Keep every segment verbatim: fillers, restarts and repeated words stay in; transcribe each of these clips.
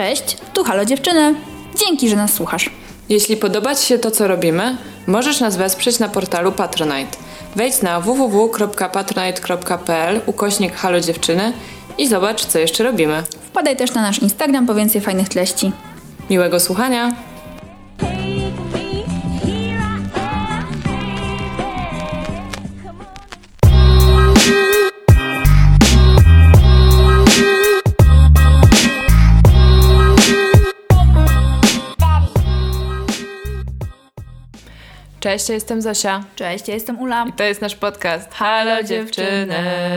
Cześć, tu Halo Dziewczyny. Dzięki, że nas słuchasz. Jeśli podoba Ci się to, co robimy, możesz nas wesprzeć na portalu Patronite. Wejdź na w w w kropka patronite kropka p l ukośnik Halo Dziewczyny i zobacz, co jeszcze robimy. Wpadaj też na nasz Instagram po więcej fajnych treści. Miłego słuchania! Cześć, ja jestem Zosia. Cześć, ja jestem Ula. I to jest nasz podcast Halo Dziewczyny.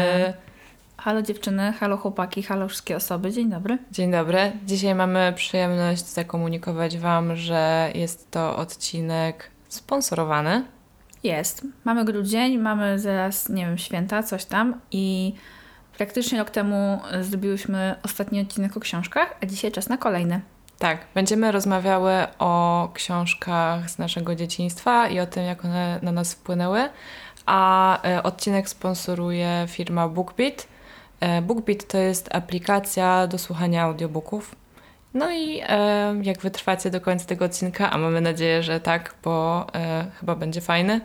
Halo dziewczyny, halo chłopaki, halo wszystkie osoby. Dzień dobry. Dzień dobry. Dzisiaj mamy przyjemność zakomunikować Wam, że jest to odcinek sponsorowany. Jest. Mamy grudzień, mamy zaraz, nie wiem, święta, coś tam i praktycznie rok temu zrobiłyśmy ostatni odcinek o książkach, a dzisiaj czas na kolejny. Tak, będziemy rozmawiały o książkach z naszego dzieciństwa i o tym, jak one na nas wpłynęły, a odcinek sponsoruje firma BookBeat. BookBeat to jest aplikacja do słuchania audiobooków. No i e, jak wytrwacie do końca tego odcinka, a mamy nadzieję, że tak, bo e, chyba będzie fajny,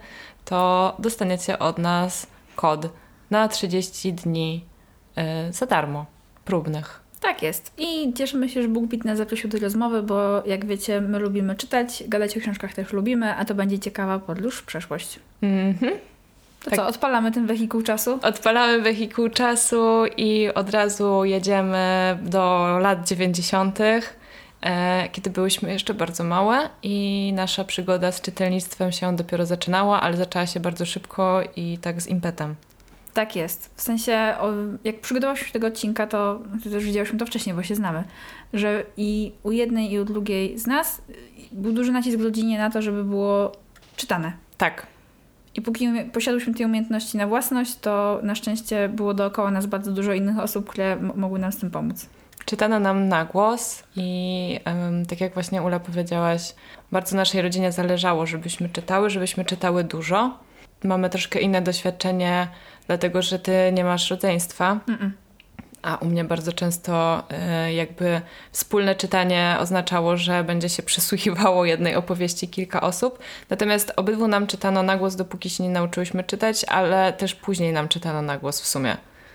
to dostaniecie od nas kod na trzydzieści dni e, za darmo, próbnych. Tak jest. I cieszymy się, że BookBeat nas zaprosił do rozmowy, bo jak wiecie, my lubimy czytać, gadać o książkach też lubimy, a to będzie ciekawa podróż w przeszłość. Mhm. To tak. Co, odpalamy ten wehikuł czasu? Odpalamy wehikuł czasu i od razu jedziemy do lat dziewięćdziesiątych, e, kiedy byłyśmy jeszcze bardzo małe i nasza przygoda z czytelnictwem się dopiero zaczynała, ale zaczęła się bardzo szybko i tak z impetem. Tak jest. W sensie, o, jak przygotowałyśmy się do tego odcinka, to też widziałyśmy to wcześniej, bo się znamy, że i u jednej i u drugiej z nas był duży nacisk w rodzinie na to, żeby było czytane. Tak. I póki posiadłyśmy tej umiejętności na własność, to na szczęście było dookoła nas bardzo dużo innych osób, które m- mogły nam z tym pomóc. Czytano nam na głos i um, tak jak właśnie Ula powiedziałaś, bardzo naszej rodzinie zależało, żebyśmy czytały, żebyśmy czytały dużo. Mamy troszkę inne doświadczenie, dlatego że ty nie masz rodzeństwa. Mm-mm. A u mnie bardzo często y, jakby wspólne czytanie oznaczało, że będzie się przysłuchiwało jednej opowieści kilka osób. Natomiast obydwu nam czytano na głos, dopóki się nie nauczyłyśmy czytać, ale też później nam czytano na głos w sumie.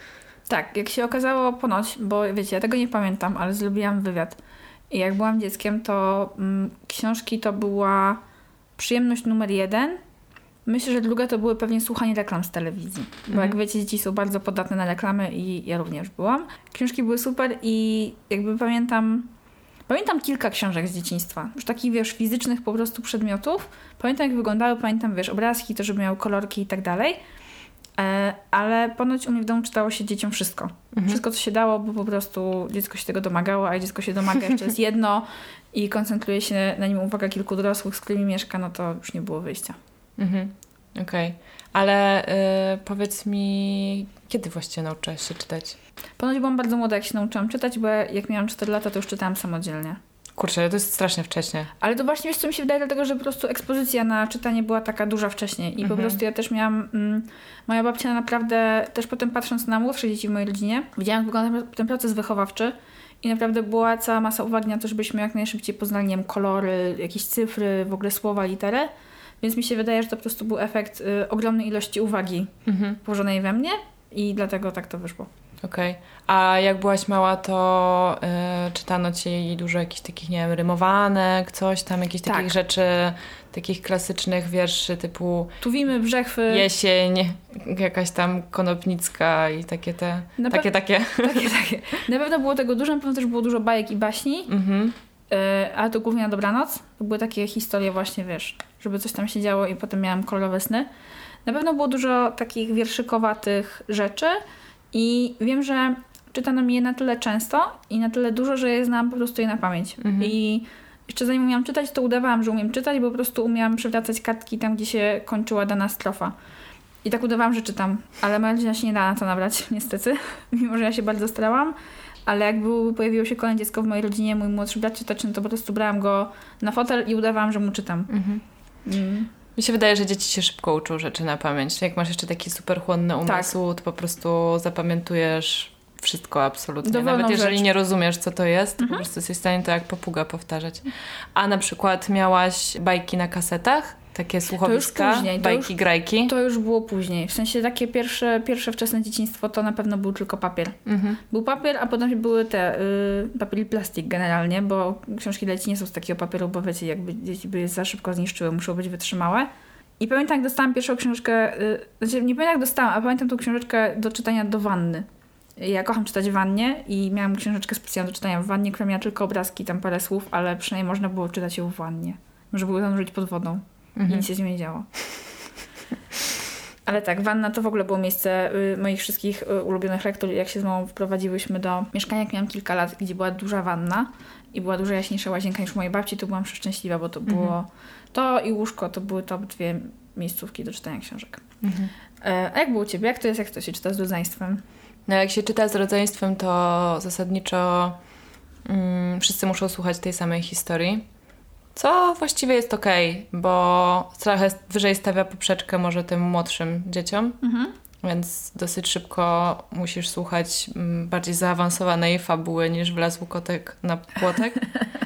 Tak, jak się okazało ponoć, bo wiecie, ja tego nie pamiętam, ale zrobiłam wywiad. I jak byłam dzieckiem, to mm, książki to była przyjemność numer jeden. Myślę, że druga to były pewnie słuchanie reklam z telewizji. Bo mhm. jak wiecie, dzieci są bardzo podatne na reklamy i ja również byłam. Książki były super i jakby pamiętam... Pamiętam kilka książek z dzieciństwa. Już takich, wiesz, fizycznych po prostu przedmiotów. Pamiętam, jak wyglądały, pamiętam, wiesz, obrazki, to, żeby miały kolorki i tak dalej. E, ale ponoć u mnie w domu czytało się dzieciom wszystko. Mhm. Wszystko, co się dało, bo po prostu dziecko się tego domagało, a jak dziecko się domaga jeszcze jest jedno i koncentruje się na nim uwaga kilku dorosłych, z którymi mieszka, no to już nie było wyjścia. Mhm, okej. Okay. Ale y, powiedz mi, kiedy właściwie nauczyłaś się czytać? Ponoć byłam bardzo młoda, jak się nauczyłam czytać, bo jak miałam cztery lata, to już czytałam samodzielnie. Kurczę, to jest strasznie wcześnie. Ale to właśnie, wiesz co mi się wydaje, dlatego, że po prostu ekspozycja na czytanie była taka duża wcześniej. I mhm. po prostu ja też miałam... Mm, moja babcia naprawdę, też potem patrząc na młodsze dzieci w mojej rodzinie, widziałam, jak wygląda ten proces wychowawczy i naprawdę była cała masa uwagi na to, żebyśmy jak najszybciej poznali, nie wiem, kolory, jakieś cyfry, w ogóle słowa, litery. Więc mi się wydaje, że to po prostu był efekt y, ogromnej ilości uwagi mhm. włożonej we mnie i dlatego tak to wyszło. Okej. Okay. A jak byłaś mała, to y, czytano ci dużo jakichś takich, nie wiem, rymowanek, coś tam, jakichś tak. takich rzeczy, takich klasycznych wierszy typu Tuwimy, Brzechwy, Jesień, jakaś tam Konopnicka i takie te, na takie, pe- takie. takie, takie. Na pewno było tego dużo, na pewno też było dużo bajek i baśni. Mhm. Yy, ale to głównie na dobranoc. To były takie historie właśnie, wiesz, żeby coś tam się działo i potem miałam kolorowe sny. Na pewno było dużo takich wierszykowatych rzeczy i wiem, że czytano mi je na tyle często i na tyle dużo, że je znałam po prostu je na pamięć. Mhm. I jeszcze zanim umiałam czytać, to udawałam, że umiem czytać, bo po prostu umiałam przewracać kartki tam, gdzie się kończyła dana strofa. I tak udawałam, że czytam. Ale moja rodzina się nie dała na to nabrać, niestety. Mimo, że ja się bardzo starałam. Ale jak był, pojawiło się kolejne dziecko w mojej rodzinie, mój młodszy brat czytaczny, to po prostu brałam go na fotel i udawałam, że mu czytam. Mhm. Mm. Mi się wydaje, że dzieci się szybko uczą rzeczy na pamięć. Jak masz jeszcze taki super chłonny umysł, tak. to po prostu zapamiętujesz wszystko absolutnie. Dowolną Nawet jeżeli rzecz. nie rozumiesz, co to jest, to Mhm. po prostu jesteś w stanie to jak papuga powtarzać. A na przykład miałaś bajki na kasetach? Takie słuchowiska, później, to bajki, już- grajki? To już było później. W sensie takie pierwsze, pierwsze wczesne dzieciństwo to na pewno był tylko papier. Mhm. Był papier, a potem były te y, papier i plastik generalnie, bo książki dla dzieci nie są z takiego papieru, bo wiecie, jakby dzieci by je za szybko zniszczyły, muszą być wytrzymałe. I pamiętam, jak dostałam pierwszą książkę, y, znaczy nie pamiętam, jak dostałam, a pamiętam tą książeczkę do czytania do wanny. Ja kocham czytać w wannie i miałam książeczkę specjalną do czytania w wannie, która miała tylko obrazki, tam parę słów, ale przynajmniej można było czytać ją w wannie. Można było zanurzyć pod wodą i Mhm. nic się z nią nie działo. Ale tak, wanna to w ogóle było miejsce y, moich wszystkich y, ulubionych lektur. Jak się z mamą wprowadziłyśmy do mieszkania, jak miałam kilka lat, gdzie była duża wanna i była dużo jaśniejsza łazienka niż u mojej babci, to byłam przeszczęśliwa, bo to było Mhm. to i łóżko, to były top dwie miejscówki do czytania książek. Mhm. E, a jak było u ciebie? Jak to jest, jak to się czyta z rodzeństwem? No jak się czyta z rodzeństwem, to zasadniczo mm, wszyscy muszą słuchać tej samej historii. Co właściwie jest okej, bo trochę wyżej stawia poprzeczkę może tym młodszym dzieciom, Mhm. więc dosyć szybko musisz słuchać mm, bardziej zaawansowanej fabuły niż wlazł kotek na płotek.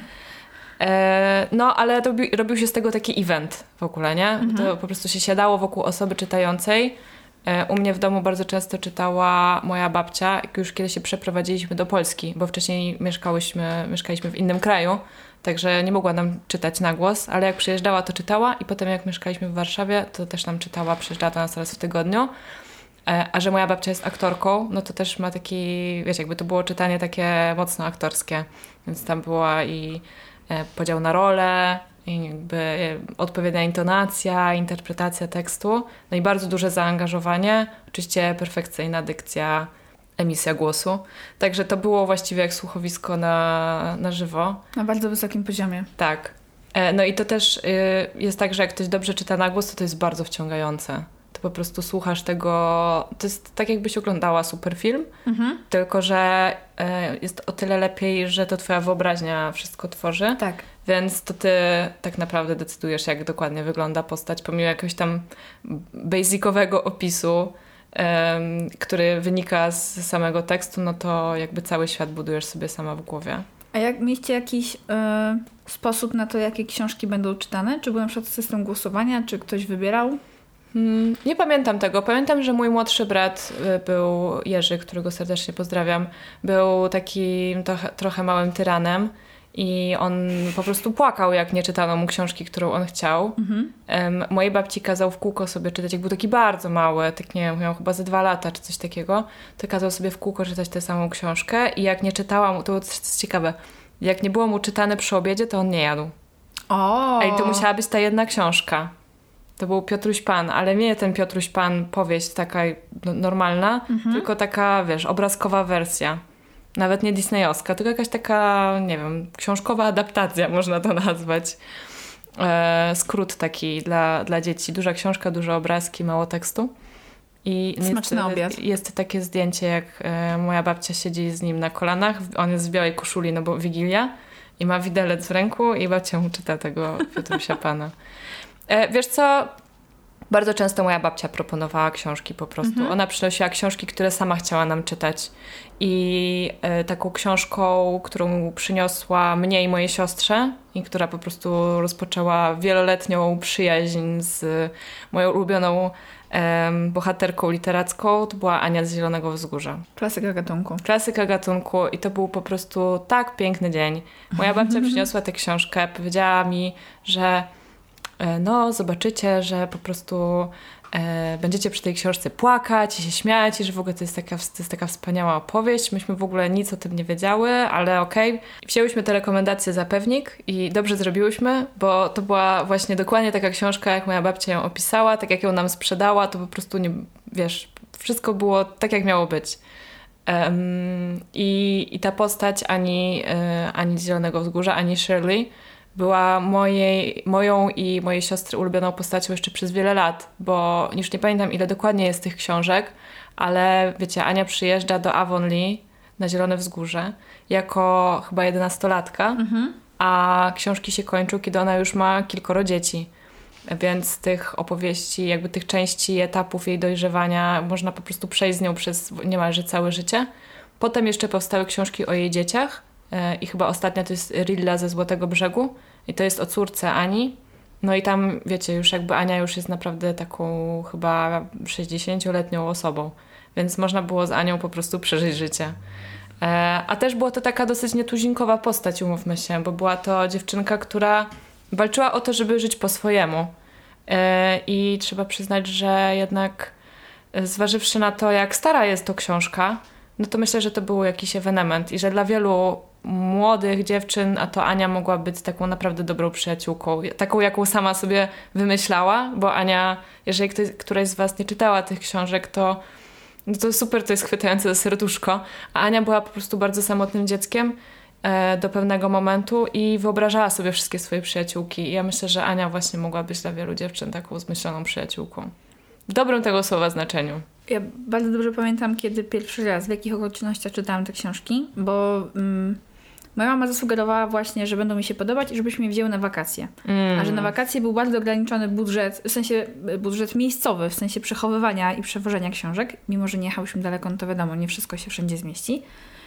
E, no, ale robił, robił się z tego taki event w ogóle, nie? Mhm. To po prostu się siadało wokół osoby czytającej. E, u mnie w domu bardzo często czytała moja babcia, jak już kiedy się przeprowadziliśmy do Polski, bo wcześniej mieszkałyśmy, mieszkaliśmy w innym kraju, także nie mogła nam czytać na głos, ale jak przyjeżdżała, to czytała i potem jak mieszkaliśmy w Warszawie, to też nam czytała, przyjeżdżała do nas raz w tygodniu. E, a że moja babcia jest aktorką, no to też ma taki, wiecie, jakby to było czytanie takie mocno aktorskie, więc tam była i e, podział na role, i jakby e, odpowiednia intonacja, interpretacja tekstu, no i bardzo duże zaangażowanie, oczywiście perfekcyjna dykcja, emisja głosu. Także to było właściwie jak słuchowisko na, na żywo. Na bardzo wysokim poziomie. Tak. E, no i to też y, jest tak, że jak ktoś dobrze czyta na głos, to to jest bardzo wciągające. To po prostu słuchasz tego, to jest tak jakbyś oglądała super film, Mhm. tylko że e, jest o tyle lepiej, że to twoja wyobraźnia wszystko tworzy. Tak. Więc to ty tak naprawdę decydujesz, jak dokładnie wygląda postać, pomimo jakiegoś tam basicowego opisu, em, który wynika z samego tekstu, no to jakby cały świat budujesz sobie sama w głowie. A jak mieliście jakiś y, sposób na to, jakie książki będą czytane? Czy był na przykład system głosowania? Czy ktoś wybierał? Hmm, nie pamiętam tego. Pamiętam, że mój młodszy brat y, był, Jerzy, którego serdecznie pozdrawiam, był takim trochę, trochę małym tyranem i on po prostu płakał, jak nie czytano mu książki, którą on chciał. Mhm. Um, mojej babci kazał w kółko sobie czytać, jak był taki bardzo mały, tak nie wiem, miał chyba ze dwa lata czy coś takiego, to kazał sobie w kółko czytać tę samą książkę i jak nie czytała mu, to było coś, coś ciekawe, jak nie było mu czytane przy obiedzie, to on nie jadł. O! Ej, to musiała być ta jedna książka. To był Piotruś Pan, ale nie ten Piotruś Pan powieść taka no, normalna, Mhm. tylko taka, wiesz, obrazkowa wersja. Nawet nie disneyowska, tylko jakaś taka, nie wiem, książkowa adaptacja można to nazwać. E, skrót taki dla, dla dzieci. Duża książka, duże obrazki, mało tekstu. I Smaczny jest, obiad. jest takie zdjęcie, jak e, moja babcia siedzi z nim na kolanach. On jest w białej koszuli, no bo Wigilia. I ma widelec w ręku i babcia mu czyta tego Piotrusia Pana. E, wiesz co? Bardzo często moja babcia proponowała książki po prostu. Mhm. Ona przynosiła książki, które sama chciała nam czytać. I e, taką książką, którą przyniosła mnie i mojej siostrze i która po prostu rozpoczęła wieloletnią przyjaźń z moją ulubioną em, bohaterką literacką, to była Ania z Zielonego Wzgórza. Klasyka gatunku. Klasyka gatunku i to był po prostu tak piękny dzień. Moja babcia przyniosła tę książkę, powiedziała mi, że e, no zobaczycie, że po prostu e, będziecie przy tej książce płakać i się śmiać i że w ogóle to jest, taka, to jest taka wspaniała opowieść. Myśmy w ogóle nic o tym nie wiedziały, ale okej. Okay. Wzięłyśmy te rekomendacje za pewnik i dobrze zrobiłyśmy, bo to była właśnie dokładnie taka książka, jak moja babcia ją opisała, tak jak ją nam sprzedała, to po prostu nie, wiesz, wszystko było tak, jak miało być. Um, i, I ta postać Ani, y, Ani z Zielonego Wzgórza, Ani Shirley, była mojej, moją i mojej siostry ulubioną postacią jeszcze przez wiele lat, bo już nie pamiętam, ile dokładnie jest tych książek, ale wiecie, Ania przyjeżdża do Avonlea na Zielone Wzgórze jako chyba jedenastolatka, Mhm. a książki się kończą, kiedy ona już ma kilkoro dzieci. Więc tych opowieści, jakby tych części, etapów jej dojrzewania można po prostu przejść z nią przez niemalże całe życie. Potem jeszcze powstały książki o jej dzieciach i chyba ostatnia to jest Rilla ze Złotego Brzegu i to jest o córce Ani. No i tam, wiecie, już jakby Ania już jest naprawdę taką chyba sześćdziesięcioletnią osobą, więc można było z Anią po prostu przeżyć życie. A też była to taka dosyć nietuzinkowa postać, umówmy się, bo była to dziewczynka, która walczyła o to, żeby żyć po swojemu. I trzeba przyznać, że jednak zważywszy na to, jak stara jest to książka, no to myślę, że to był jakiś ewenement i że dla wielu młodych dziewczyn, a to Ania mogła być taką naprawdę dobrą przyjaciółką, taką jaką sama sobie wymyślała, bo Ania, jeżeli ktoś, któraś z was nie czytała tych książek, to, no to super, to jest chwytające za serduszko, a Ania była po prostu bardzo samotnym dzieckiem e, do pewnego momentu i wyobrażała sobie wszystkie swoje przyjaciółki i ja myślę, że Ania właśnie mogła być dla wielu dziewczyn taką zmyśloną przyjaciółką. W dobrym tego słowa znaczeniu. Ja bardzo dobrze pamiętam, kiedy pierwszy raz, w jakich okolicznościach czytałam te książki, bo mm, moja mama zasugerowała właśnie, że będą mi się podobać i żebyśmy je wzięły na wakacje. Mm. A że na wakacje był bardzo ograniczony budżet, w sensie budżet miejscowy, w sensie przechowywania i przewożenia książek. Mimo że nie jechałyśmy daleko, no to wiadomo, nie wszystko się wszędzie zmieści.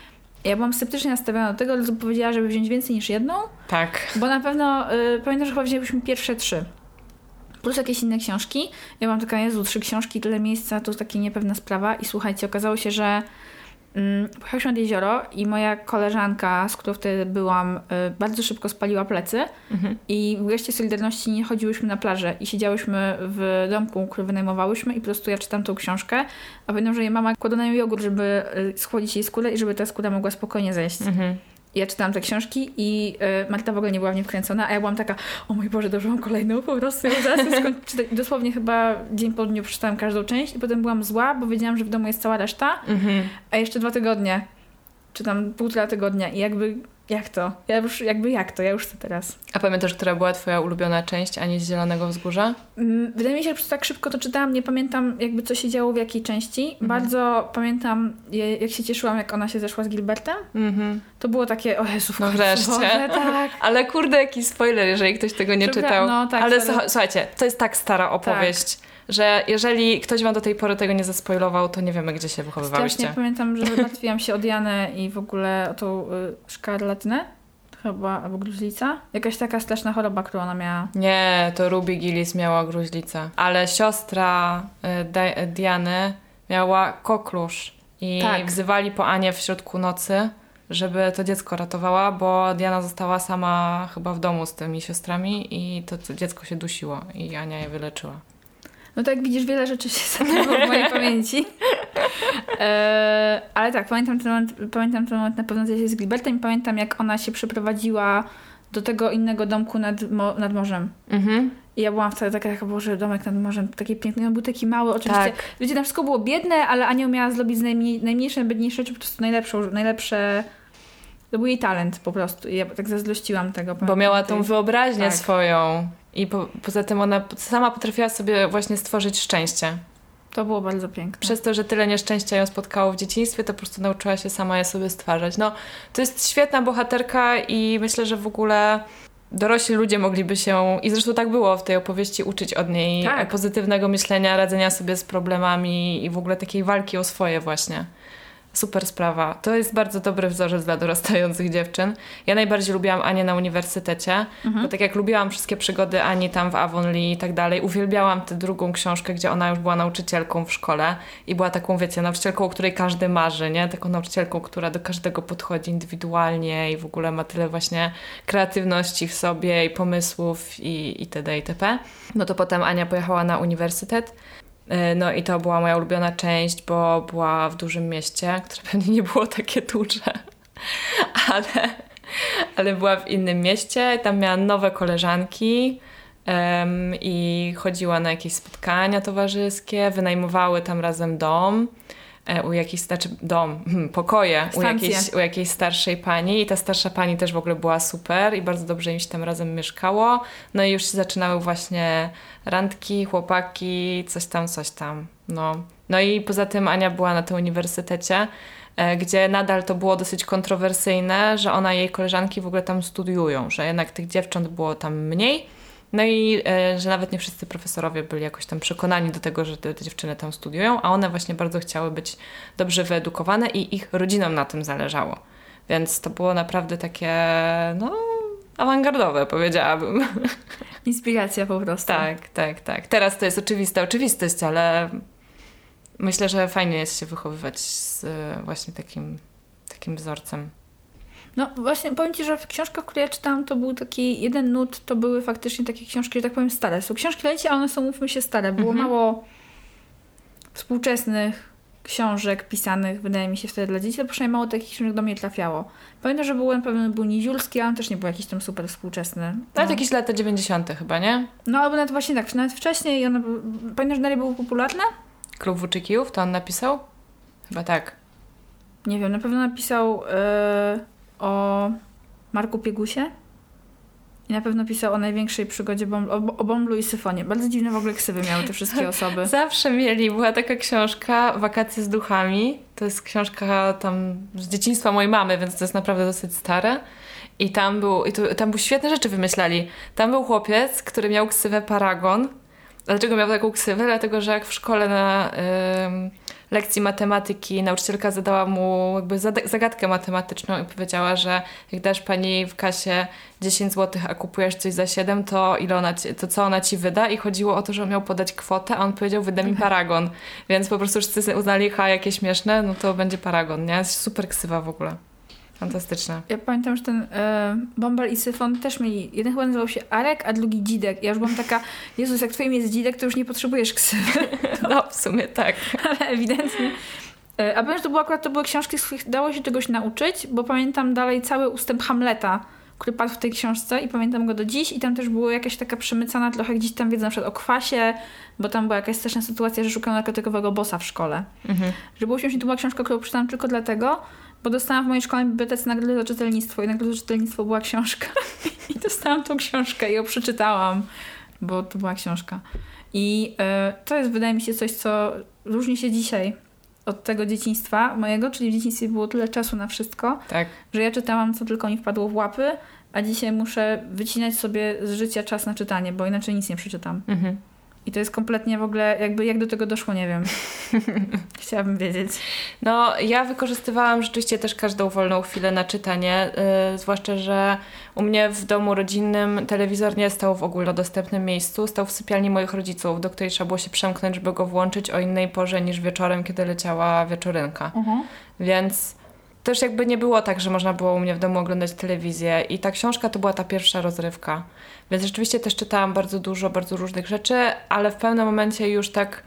Ja byłam sceptycznie nastawiona do tego, ale powiedziała, żeby wziąć więcej niż jedną. Tak. Bo na pewno, y, pamiętam, że chyba wzięłyśmy pierwsze trzy. Plus jakieś inne książki. Ja mam taka, Jezu, trzy książki, tyle miejsca, to taka niepewna sprawa. I słuchajcie, okazało się, że mm, pojechałyśmy nad jezioro i moja koleżanka, z którą wtedy byłam, y, bardzo szybko spaliła plecy. Mhm. I w geście solidarności nie chodziłyśmy na plażę i siedziałyśmy w domku, który wynajmowałyśmy i po prostu ja czytam tą książkę. A pamiętam, że jej mama kładła na nią jogurt, żeby y, schłodzić jej skórę i żeby ta skóra mogła spokojnie zejść. Mhm. Ja czytałam te książki i y, Marta w ogóle nie była w nie wkręcona, a ja byłam taka, o mój Boże, dobrze, mam kolejną, po prostu ja zaraz skończę. Dosłownie chyba dzień po dniu przeczytałam każdą część i potem byłam zła, bo wiedziałam, że w domu jest cała reszta, mm-hmm. a jeszcze dwa tygodnie, czy tam półtora tygodnia i jakby, jak to? Ja już, jakby jak to? Ja już chcę teraz. A pamiętasz, która była twoja ulubiona część Ani z Zielonego Wzgórza? Mm, wydaje mi się, że tak szybko to czytałam, nie pamiętam jakby co się działo w jakiej części. Mm-hmm. Bardzo pamiętam, jak się cieszyłam, jak ona się zeszła z Gilbertem. Mm-hmm. To było takie, o Jezu, no wreszcie. Boże, tak. Ale kurde, jaki spoiler, jeżeli ktoś tego nie Dobra, czytał. No, tak, ale ale... słuchajcie, to jest tak stara opowieść. Tak. Że jeżeli ktoś wam do tej pory tego nie zaspoilował, to nie wiemy, gdzie się wychowywałyście. Strasznie pamiętam, że martwiłam się o Dianę i w ogóle o tą y, szkarlatynę chyba, albo gruźlica. Jakaś taka straszna choroba, którą ona miała. Nie, to Ruby Gillis miała gruźlicę. Ale siostra y, Di- Diany miała koklusz i tak. wzywali po Anię w środku nocy, żeby to dziecko ratowała, bo Diana została sama chyba w domu z tymi siostrami i to, to dziecko się dusiło i Ania je wyleczyła. No to jak widzisz, wiele rzeczy się zatarło w mojej pamięci. E, ale tak, pamiętam ten moment, pamiętam ten moment na pewno z Gilbertem i pamiętam, jak ona się przeprowadziła do tego innego domku nad, mo- nad morzem. Mhm. I ja byłam wtedy taka, jak Boże, domek nad morzem, taki piękny, on był taki mały, oczywiście. Tak. Wiecie, tam wszystko było biedne, ale Ania miała zrobić z najmniej, najmniejsze, najbiedniejsze rzeczy po prostu najlepszą, najlepsze... To był jej talent po prostu. I ja tak zazdrościłam tego. Bo miała tą wyobraźnię tak. swoją. I po, poza tym ona sama potrafiła sobie właśnie stworzyć szczęście. To było bardzo piękne. Przez to, że tyle nieszczęścia ją spotkało w dzieciństwie, to po prostu nauczyła się sama je sobie stwarzać. No, to jest świetna bohaterka i myślę, że w ogóle dorośli ludzie mogliby się, i zresztą tak było w tej opowieści, uczyć od niej tak. pozytywnego myślenia, radzenia sobie z problemami i w ogóle takiej walki o swoje właśnie. Super sprawa. To jest bardzo dobry wzorzec dla dorastających dziewczyn. Ja najbardziej lubiłam Anię na uniwersytecie, mhm. bo tak jak lubiłam wszystkie przygody Ani tam w Avonlea i tak dalej, uwielbiałam tę drugą książkę, gdzie ona już była nauczycielką w szkole i była taką, wiecie, nauczycielką, o której każdy marzy, nie? Taką nauczycielką, która do każdego podchodzi indywidualnie i w ogóle ma tyle właśnie kreatywności w sobie i pomysłów i itd. itp. No to potem Ania pojechała na uniwersytet. No i to była moja ulubiona część, bo była w dużym mieście, które pewnie nie było takie duże, ale, ale była w innym mieście. Tam miała nowe koleżanki um, i chodziła na jakieś spotkania towarzyskie, wynajmowały tam razem dom. U jakiejś, znaczy dom, hmm, pokoje u jakiejś, u jakiejś starszej pani i ta starsza pani też w ogóle była super i bardzo dobrze im się tam razem mieszkało. No i już się zaczynały właśnie randki, chłopaki, coś tam, coś tam. No, no i poza tym Ania była na tym uniwersytecie, e, gdzie nadal to było dosyć kontrowersyjne, że ona i jej koleżanki w ogóle tam studiują, że jednak tych dziewcząt było tam mniej. No i e, że nawet nie wszyscy profesorowie byli jakoś tam przekonani do tego, że te, te dziewczyny tam studiują, a one właśnie bardzo chciały być dobrze wyedukowane i ich rodzinom na tym zależało. Więc to było naprawdę takie, no, awangardowe, powiedziałabym. Inspiracja po prostu. Tak, tak, tak. Teraz to jest oczywista oczywistość, ale myślę, że fajnie jest się wychowywać z właśnie takim, takim wzorcem. No właśnie, powiem Ci, że w książkach, które ja czytałam, to był taki jeden nut, to były faktycznie takie książki, że tak powiem, stare. Są książki dla dzieci, a one są, mówmy się, stare. Było mhm. mało współczesnych książek pisanych, wydaje mi się, wtedy dla dzieci, to przynajmniej mało takich książek do mnie trafiało. Pamiętam, że był na pewno był Niziulski, ale on też nie był jakiś tam super współczesny. No. Nawet jakieś lata dziewięćdziesiąte chyba, nie? No albo nawet właśnie tak, nawet wcześniej. One, pamiętasz, że dalej były popularne? Klub Włóczykijów, to on napisał? Chyba tak. Nie wiem, na pewno napisał yy, o Marku Piegusie i na pewno pisał o największej przygodzie Bom- o, o Bąblu i Syfonie. Bardzo dziwne w ogóle ksywy miały te wszystkie osoby. Zawsze mieli. Była taka książka Wakacje z duchami. To jest książka tam z dzieciństwa mojej mamy, więc to jest naprawdę dosyć stare. I tam był, i tu, tam był świetne rzeczy wymyślali. Tam był chłopiec, który miał ksywę Paragon. Dlaczego miał taką ksywę? Dlatego, że jak w szkole na ym, lekcji matematyki nauczycielka zadała mu jakby zagadkę matematyczną i powiedziała, że jak dasz pani w kasie dziesięć złotych, a kupujesz coś za siedem, to ile ona ci, to co ona ci wyda? I chodziło o to, że on miał podać kwotę, a on powiedział, wyda mi Paragon. Więc po prostu wszyscy uznali, ha, jakie śmieszne, no to będzie Paragon, nie? Jest super ksywa w ogóle. Fantastyczne. Ja pamiętam, że ten e, Bąbel i Syfon też mieli, jeden chyba nazywał się Arek, a drugi Dzidek. Ja już byłam taka, Jezus, jak twoim jest Dzidek, to już nie potrzebujesz ksywy. To... No, w sumie tak. Ale ewidentnie. E, a powiem, że to były akurat to były książki, z których dało się czegoś nauczyć, bo pamiętam dalej cały ustęp Hamleta, który padł w tej książce i pamiętam go do dziś i tam też była jakaś taka przemycana trochę gdzieś tam wiedza na przykład o kwasie, bo tam była jakaś straszna sytuacja, że szukano narkotykowego bossa w szkole. Mhm. Że było śmiesznie, to była książka, którą przeczytałam tylko dlatego, bo dostałam w mojej szkolnej bibliotece nagrodę za czytelnictwo i nagrodą za czytelnictwo była książka. I dostałam tą książkę i ją przeczytałam, bo to była książka. I y, to jest, wydaje mi się, coś, co różni się dzisiaj od tego dzieciństwa mojego, czyli w dzieciństwie było tyle czasu na wszystko, tak. że ja czytałam, co tylko mi wpadło w łapy, a dzisiaj muszę wycinać sobie z życia czas na czytanie, bo inaczej nic nie przeczytam. Mhm. I to jest kompletnie w ogóle, jakby jak do tego doszło, nie wiem. Chciałabym wiedzieć. No, ja wykorzystywałam rzeczywiście też każdą wolną chwilę na czytanie, yy, zwłaszcza, że u mnie w domu rodzinnym telewizor nie stał w ogólnodostępnym miejscu, stał w sypialni moich rodziców, do której trzeba było się przemknąć, żeby go włączyć o innej porze niż wieczorem, kiedy leciała wieczorynka. Uh-huh. Więc też jakby nie było tak, że można było u mnie w domu oglądać telewizję i ta książka to była ta pierwsza rozrywka. Więc rzeczywiście też czytałam bardzo dużo, bardzo różnych rzeczy, ale w pewnym momencie już tak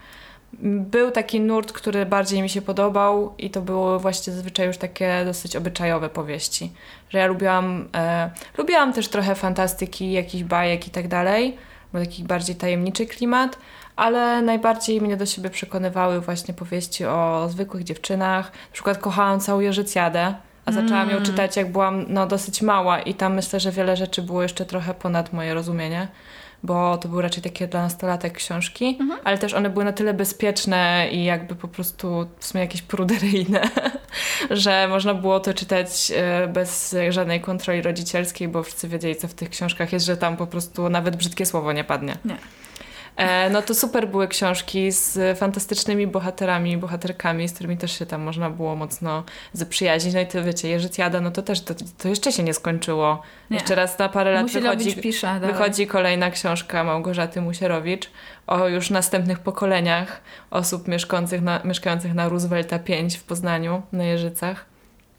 był taki nurt, który bardziej mi się podobał i to były właśnie zazwyczaj już takie dosyć obyczajowe powieści. Że ja lubiłam, e, lubiłam też trochę fantastyki, jakichś bajek i tak dalej, bo taki bardziej tajemniczy klimat, ale najbardziej mnie do siebie przekonywały właśnie powieści o zwykłych dziewczynach. Na przykład kochałam całą Jerzycjadę, a zaczęłam ją czytać jak byłam no, dosyć mała i tam myślę, że wiele rzeczy było jeszcze trochę ponad moje rozumienie, bo to były raczej takie dla nastolatek książki, mhm. ale też one były na tyle bezpieczne i jakby po prostu w sumie jakieś pruderyjne, że można było to czytać bez żadnej kontroli rodzicielskiej, bo wszyscy wiedzieli, co w tych książkach jest, że tam po prostu nawet brzydkie słowo nie padnie. Nie. No to super były książki z fantastycznymi bohaterami, bohaterkami, z którymi też się tam można było mocno zaprzyjaźnić. No i to wiecie, Jerzycjada, no to też to, to jeszcze się nie skończyło. Nie. Jeszcze raz na parę lat wychodzi, pisze, wychodzi kolejna książka Małgorzaty Musierowicz o już następnych pokoleniach osób mieszkających na, mieszkających na Roosevelta pięć w Poznaniu, na Jeżycach.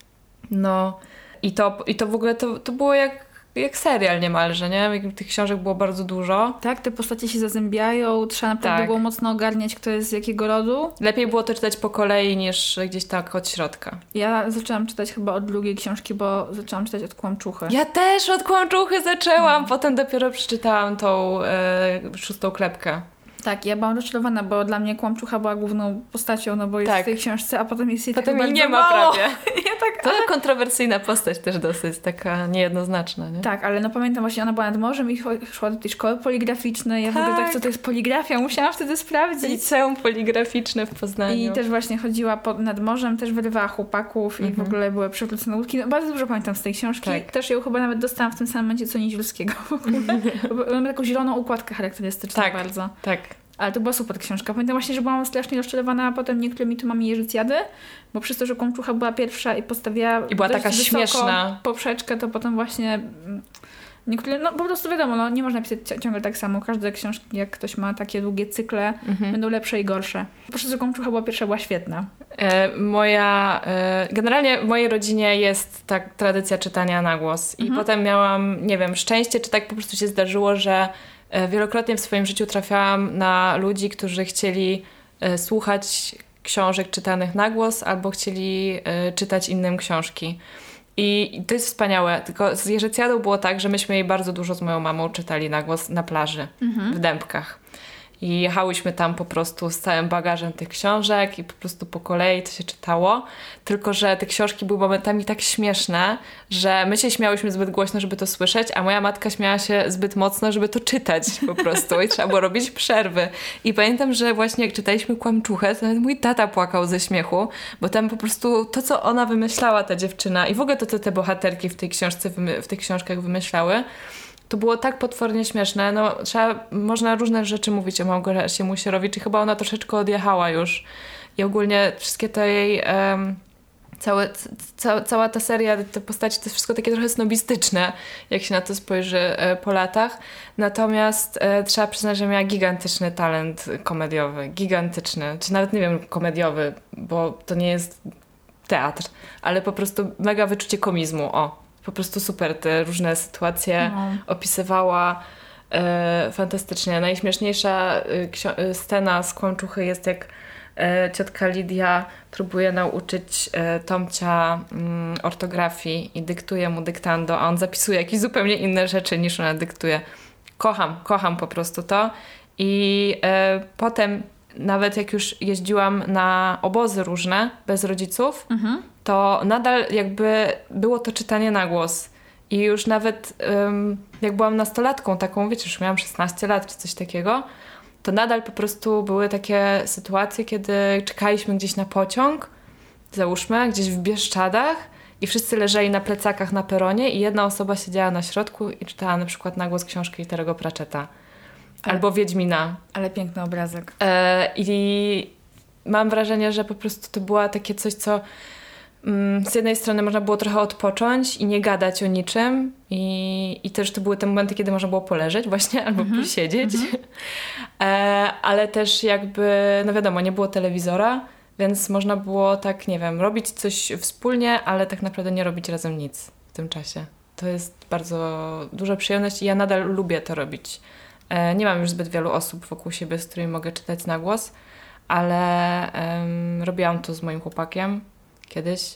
No i to, i to w ogóle to, to było jak jak serial niemalże, nie? Tych książek było bardzo dużo. Tak, te postacie się zazębiają, trzeba naprawdę tak. było mocno ogarniać, kto jest z jakiego rodu. Lepiej było to czytać po kolei niż gdzieś tak od środka. Ja zaczęłam czytać chyba od drugiej książki, bo zaczęłam czytać od Kłamczuchy. Ja też od Kłamczuchy zaczęłam, hmm. potem dopiero przeczytałam tą e, szóstą klepkę. Tak, ja byłam rozczarowana, bo dla mnie Kłamczucha była główną postacią, no bo jest tak. w tej książce, a potem jest jej potem tak jej nie ma mało. prawie. ja tak, to ale... kontrowersyjna postać też dosyć, taka niejednoznaczna, nie? Tak, ale no pamiętam właśnie, ona była nad morzem i szła do tej szkoły poligraficznej. Ja tak. w ogóle tak, co to jest poligrafia? Musiałam wtedy sprawdzić. Liceum poligraficzne w Poznaniu. I też właśnie chodziła po, nad morzem, też wyrywała chłopaków mhm. i w ogóle były przewrócone łódki. No, bardzo dużo pamiętam z tej książki. Tak. Też ją chyba nawet dostałam w tym samym momencie, co Niziulskiego w ogóle. Mamy taką zieloną układkę charakterystyczną tak, bardzo. Tak, Ale to była super książka. Pamiętam właśnie, że byłam strasznie rozczarowana potem niektórymi tomami Jerzycjady, bo przez to, że Kłamczucha była pierwsza i postawiła I była taka śmieszna poprzeczkę, to potem właśnie niektóre, no po prostu wiadomo, no nie można pisać ciągle tak samo. Każde książki, jak ktoś ma takie długie cykle, mhm. będą lepsze i gorsze. Po prostu Kłamczucha była pierwsza, była świetna. E, moja, e, generalnie w mojej rodzinie jest tak tradycja czytania na głos i mhm. potem miałam, nie wiem, szczęście, czy tak po prostu się zdarzyło, że wielokrotnie w swoim życiu trafiałam na ludzi, którzy chcieli e, słuchać książek czytanych na głos albo chcieli e, czytać innym książki. I, I to jest wspaniałe. Tylko z Jerzycjadą było tak, że myśmy jej bardzo dużo z moją mamą czytali na głos na plaży mhm. w Dębkach. I jechałyśmy tam po prostu z całym bagażem tych książek i po prostu po kolei to się czytało. Tylko że te książki były momentami tak śmieszne, że my się śmiałyśmy zbyt głośno, żeby to słyszeć, a moja matka śmiała się zbyt mocno, żeby to czytać po prostu. I trzeba było robić przerwy. I pamiętam, że właśnie jak czytaliśmy Kłamczuchę, to nawet mój tata płakał ze śmiechu, bo tam po prostu to, co ona wymyślała, ta dziewczyna i w ogóle to, co te bohaterki w tej książce, w tych książkach wymyślały, to było tak potwornie śmieszne. No, trzeba, można różne rzeczy mówić o Małgorzacie Musierowicz i chyba ona troszeczkę odjechała już. I ogólnie wszystkie te jej... Um, całe, ca, cała ta seria, te postaci, to jest wszystko takie trochę snobistyczne, jak się na to spojrzy e, po latach. Natomiast e, trzeba przyznać, że miała gigantyczny talent komediowy. Gigantyczny. Czy nawet nie wiem, komediowy, bo to nie jest teatr, ale po prostu mega wyczucie komizmu. O. Po prostu super te różne sytuacje no. opisywała e, fantastycznie. Najśmieszniejsza e, ksio- e, scena z Kłamczuchy jest, jak e, ciotka Lidia próbuje nauczyć e, Tomcia mm, ortografii i dyktuje mu dyktando, a on zapisuje jakieś zupełnie inne rzeczy niż ona dyktuje. Kocham, kocham po prostu to. I e, potem nawet jak już jeździłam na obozy różne bez rodziców, mhm. to nadal jakby było to czytanie na głos. I już nawet um, jak byłam nastolatką taką, wiecie, już miałam szesnaście lat czy coś takiego, to nadal po prostu były takie sytuacje, kiedy czekaliśmy gdzieś na pociąg, załóżmy, gdzieś w Bieszczadach i wszyscy leżeli na plecakach na peronie i jedna osoba siedziała na środku i czytała na przykład na głos książkę Terry'ego Pratchetta. Ale, albo Wiedźmina. Ale piękny obrazek. E, I mam wrażenie, że po prostu to było takie coś, co mm, z jednej strony można było trochę odpocząć i nie gadać o niczym. I, i też to były te momenty, kiedy można było poleżeć właśnie albo mm-hmm. posiedzieć. Mm-hmm. E, ale też jakby, no wiadomo, nie było telewizora, więc można było tak, nie wiem, robić coś wspólnie, ale tak naprawdę nie robić razem nic w tym czasie. To jest bardzo duża przyjemność i ja nadal lubię to robić. Nie mam już zbyt wielu osób wokół siebie, z którymi mogę czytać na głos, ale um, robiłam to z moim chłopakiem kiedyś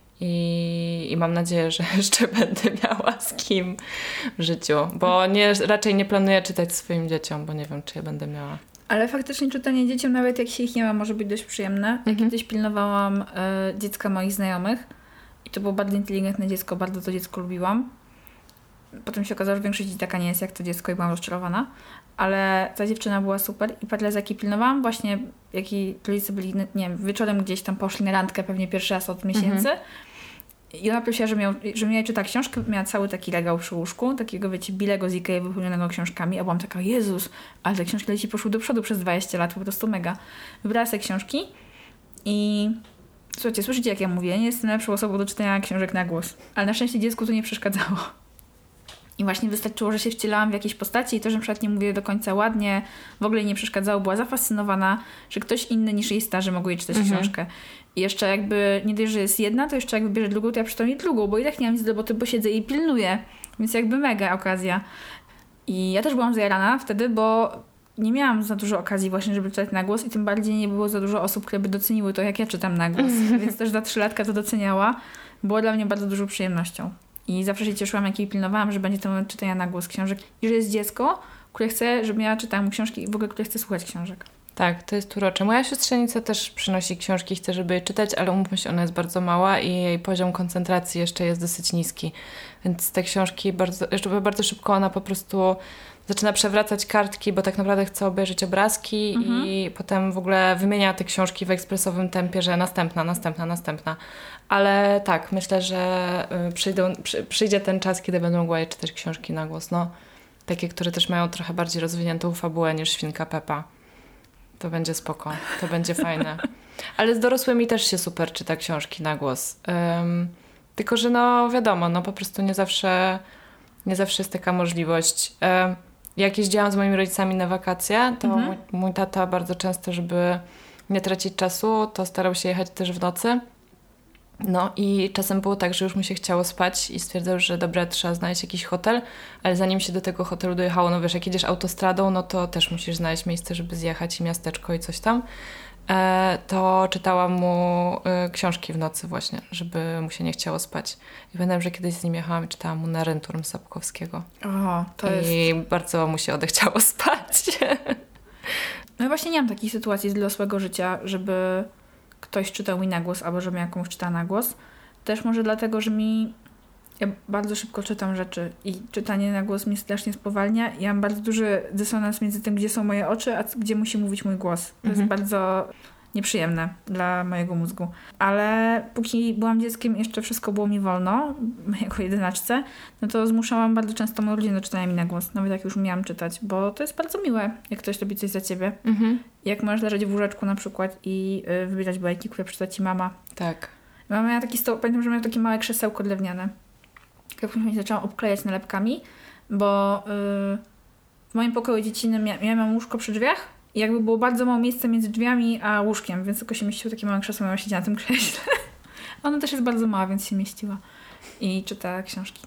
i, i mam nadzieję, że jeszcze będę miała z kim w życiu, bo nie, raczej nie planuję czytać swoim dzieciom, bo nie wiem, czy je będę miała. Ale faktycznie czytanie dzieciom, nawet jak się ich nie ma, może być dość przyjemne. Mhm. Ja kiedyś pilnowałam y, dziecka moich znajomych i to było bardzo inteligentne dziecko, bardzo to dziecko lubiłam. Potem się okazało, że większość dzieci taka nie jest jak to dziecko i byłam rozczarowana. Ale ta dziewczyna była super i parę razy jak jej pilnowałam, właśnie jak rodzice byli, nie wiem, wieczorem gdzieś tam poszli na randkę pewnie pierwszy raz od miesięcy. Mhm. I ona prosiła, że miał, że miała czyta książkę, miała cały taki regał przy łóżku, takiego, wiecie, bilego z Ikei wypełnionego książkami, a byłam taka, Jezus, ale te książki leci poszły do przodu przez dwadzieścia lat, po prostu mega. Wybrała sobie książki i słuchajcie, słyszycie jak ja mówię, nie jestem najlepszą osobą do czytania książek na głos, ale na szczęście dziecku to nie przeszkadzało. I właśnie wystarczyło, że się wcielałam w jakieś postaci i to, że na przykład nie mówię do końca ładnie, w ogóle jej nie przeszkadzało, była zafascynowana, że ktoś inny niż jej starzy mógł jej czytać mhm. książkę. I jeszcze jakby, nie dość, że jest jedna, to jeszcze jakby bierze drugą, to ja przytomnie drugą, bo i tak nie mam nic do roboty, bo siedzę i pilnuję. Więc jakby mega okazja. I ja też byłam zajarana wtedy, bo nie miałam za dużo okazji właśnie, żeby czytać na głos i tym bardziej nie było za dużo osób, które by doceniły to, jak ja czytam na głos. Więc też za trzy latka to doceniała. Było dla mnie bardzo dużą przyjemnością. I zawsze się cieszyłam, jak jej pilnowałam, że będzie ten moment czytania na głos książek. I że jest dziecko, które chce, żebym ja czytała mu książki i w ogóle, które chce słuchać książek. Tak, to jest urocze. Moja siostrzenica też przynosi książki, chce, żeby je czytać, ale umówmy się, ona jest bardzo mała i jej poziom koncentracji jeszcze jest dosyć niski. Więc te książki bardzo, jeszcze bardzo szybko ona po prostu zaczyna przewracać kartki, bo tak naprawdę chce obejrzeć obrazki mhm. i potem w ogóle wymienia te książki w ekspresowym tempie, że następna, następna, następna. Ale tak, myślę, że przyjdą, przy, przyjdzie ten czas, kiedy będą mogła je czytać książki na głos. No, takie, które też mają trochę bardziej rozwiniętą fabułę niż Świnka Pepa. To będzie spoko, to będzie fajne. Ale z dorosłymi też się super czyta książki na głos. Um, tylko, że no wiadomo, no po prostu nie zawsze, nie zawsze jest taka możliwość. Um, jak jeździłam z moimi rodzicami na wakacje, to mhm. mój, mój tata bardzo często, żeby nie tracić czasu, to starał się jechać też w nocy. No i czasem było tak, że już mu się chciało spać i stwierdzał, że dobra, trzeba znaleźć jakiś hotel, ale zanim się do tego hotelu dojechało, no wiesz, jak jedziesz autostradą, no to też musisz znaleźć miejsce, żeby zjechać i miasteczko i coś tam, e, to czytałam mu e, książki w nocy właśnie, żeby mu się nie chciało spać. I pamiętam, że kiedyś z nim jechałam i czytałam mu Narenturm Sapkowskiego. O, to I jest... bardzo mu się odechciało spać. No ja właśnie nie mam takiej sytuacji z dorosłego życia, żeby ktoś czytał mi na głos, albo żebym jakąś czytała na głos. Też może dlatego, że mi... Ja bardzo szybko czytam rzeczy i czytanie na głos mnie strasznie spowalnia. Ja mam bardzo duży dysonans między tym, gdzie są moje oczy, a gdzie musi mówić mój głos. To mhm. jest bardzo nieprzyjemne dla mojego mózgu. Ale póki byłam dzieckiem, jeszcze wszystko było mi wolno, jako jedynaczce, no to zmuszałam bardzo często moją rodzinę do czytania mi na głos, nawet jak już umiałam czytać, bo to jest bardzo miłe, jak ktoś robi coś za ciebie. Mhm. Jak możesz leżeć w łóżeczku na przykład i y, wybierać bajki, które przeczyta ci mama. Tak. Mama miała taki stoł, pamiętam, że miała takie małe krzesełko drewniane. Jak później zaczęłam obklejać nalepkami, bo y, w moim pokoju dziecinnym mia- miałam łóżko przy drzwiach i jakby było bardzo mało miejsca między drzwiami a łóżkiem, więc tylko się mieściło takie małe krzesło, miała siedziała na tym krześle. Ona też jest bardzo mała, więc się mieściła. I czytała książki.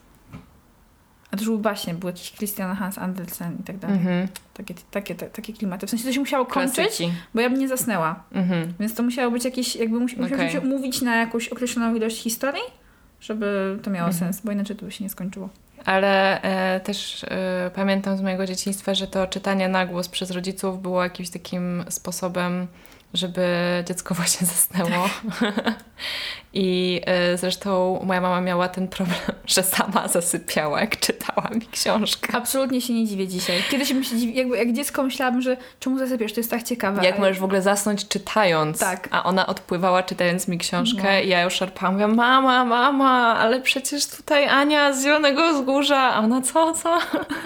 A to już były baśnie, były jakieś Christiana Hans Andersen i tak dalej. Mm-hmm. Takie, takie, te, takie klimaty. W sensie to się musiało kończyć, Klasyki. Bo ja bym nie zasnęła. Mm-hmm. Więc to musiało być jakieś, jakby musi, okay. musiało się umówić na jakąś określoną ilość historii, żeby to miało mm-hmm. sens, bo inaczej to by się nie skończyło. Ale e, też e, pamiętam z mojego dzieciństwa, że to czytanie na głos przez rodziców było jakimś takim sposobem, żeby dziecko właśnie zasnęło. I y, zresztą moja mama miała ten problem, że sama zasypiała, jak czytała mi książkę. Absolutnie się nie dziwię dzisiaj. Kiedyś bym się dziwi, jakby jak dziecko myślałam, że czemu zasypiasz, to jest tak ciekawe. Jak możesz w ogóle zasnąć czytając. Tak. A ona odpływała czytając mi książkę no. i ja już szarpałam, mówię, mama, mama, ale przecież tutaj Ania z Zielonego Wzgórza. A ona, co, co?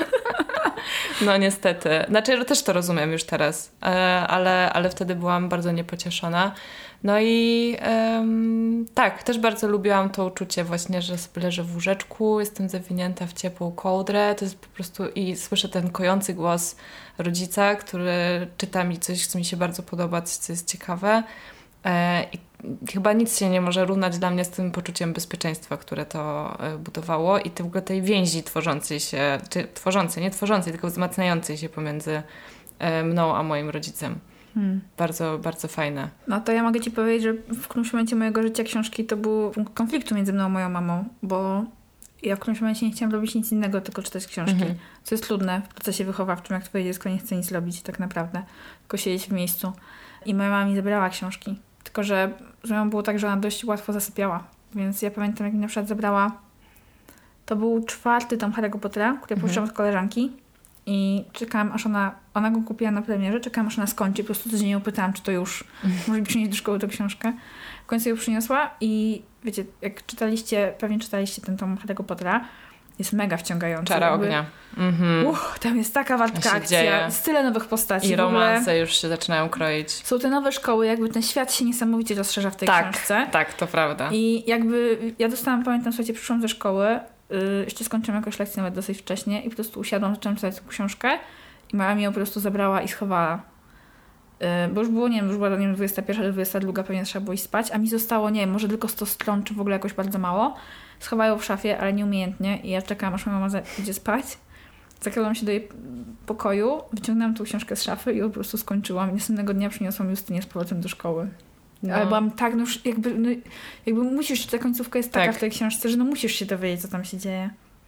No niestety. Znaczy też to rozumiem już teraz, ale, ale wtedy byłam bardzo niepocieszona. No i um, tak, też bardzo lubiłam to uczucie właśnie, że sobie leżę w łóżeczku, jestem zawinięta w ciepłą kołdrę, to jest po prostu i słyszę ten kojący głos rodzica, który czyta mi coś, co mi się bardzo podoba, coś, co jest ciekawe. E, i chyba nic się nie może równać dla mnie z tym poczuciem bezpieczeństwa, które to budowało i w ogóle tej więzi tworzącej się, czy tworzącej, nie tworzącej, tylko wzmacniającej się pomiędzy mną a moim rodzicem. Hmm. Bardzo, bardzo fajne. No to ja mogę ci powiedzieć, że w którymś momencie mojego życia książki to był punkt konfliktu między mną a moją mamą, bo ja w którymś momencie nie chciałam robić nic innego, tylko czytać książki. Mhm. Co jest trudne w procesie wychowawczym, jak twoje dziecko nie chce nic robić tak naprawdę, tylko siedzieć w miejscu. I moja mama mi zabrała książki. Tylko, że z moją było tak, że ona dość łatwo zasypiała. Więc ja pamiętam, jak mi na przykład zabrała, to był czwarty tom Harry'ego Pottera, który mhm. pożyczyłam od koleżanki i czekałam, aż ona, ona go kupiła na premierze, czekałam, aż ona skończy. Po prostu codziennie ją pytałam, czy to już mhm. może mi przynieść do szkoły tę książkę. W końcu ją przyniosła i wiecie, jak czytaliście, pewnie czytaliście ten tom Harry'ego Pottera, jest mega wciągający. Czara ognia. Mhm. Uch, tam jest taka wartka akcja. Dzieje. Jest tyle nowych postaci. I romanse już się zaczynają kroić. Są te nowe szkoły, jakby ten świat się niesamowicie rozszerza w tej tak, książce. Tak, to prawda. I jakby ja dostałam, pamiętam, słuchajcie, przyszłam ze szkoły, yy, jeszcze skończyłam jakąś lekcję nawet dosyć wcześnie i po prostu usiadłam, zaczęłam czytać tę książkę i mama mi ją po prostu zabrała i schowała. Yy, bo już było, nie wiem, już była, nie wiem, dwudziesta pierwsza, dwudziesta druga, pewnie trzeba było iść spać, a mi zostało, nie wiem, może tylko sto stron, czy w ogóle jakoś bardzo mało. Schowała ją w szafie, ale nieumiejętnie i ja czekałam, aż moja mama idzie spać. Zakradłam się do jej pokoju, wyciągnęłam tą książkę z szafy i ją po prostu skończyłam. I następnego dnia przyniosłam Justynię z powrotem do szkoły. No. Ale byłam tak, no jakby, no, jakby musisz, ta końcówka jest taka tak. w tej książce, że no musisz się dowiedzieć, co tam się dzieje.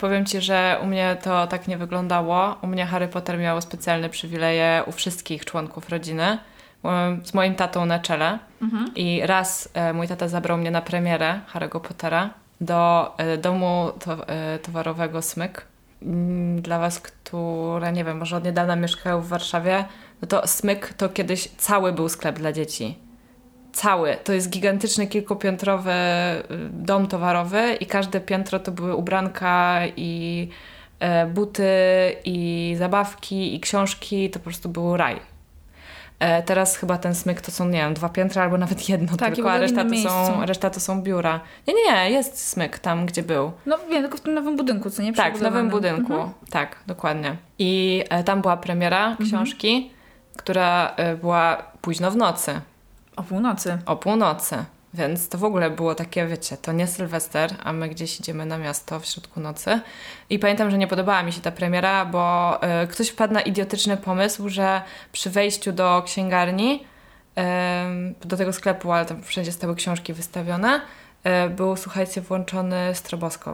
Powiem Ci, że u mnie to tak nie wyglądało. U mnie Harry Potter miał specjalne przywileje u wszystkich członków rodziny. Byłem z moim tatą na czele. Mhm. I raz e, mój tata zabrał mnie na premierę Harry'ego Pottera do e, domu to, e, towarowego Smyk. Dla Was, które, nie wiem, może od niedawna mieszkają w Warszawie, no to Smyk to kiedyś cały był sklep dla dzieci. Cały. To jest gigantyczny, kilkupiętrowy dom towarowy i każde piętro to były ubranka i e, buty i zabawki i książki. To po prostu był raj. E, teraz chyba ten Smyk to są, nie wiem, dwa piętra albo nawet jedno tak, tylko, a reszta to, są, reszta to są biura. Nie, nie, nie, jest Smyk tam, gdzie był. No wiem, tylko w tym nowym budynku, co nie? Tak, w nowym budynku. Mhm. Tak, dokładnie. I e, tam była premiera mhm. książki, która e, była późno w nocy. O północy. O północy. Więc to w ogóle było takie, wiecie, to nie Sylwester, a my gdzieś idziemy na miasto w środku nocy. I pamiętam, że nie podobała mi się ta premiera, bo y, ktoś wpadł na idiotyczny pomysł, że przy wejściu do księgarni, y, do tego sklepu, ale tam wszędzie stały książki wystawione, y, był, słuchajcie, włączony stroboskop.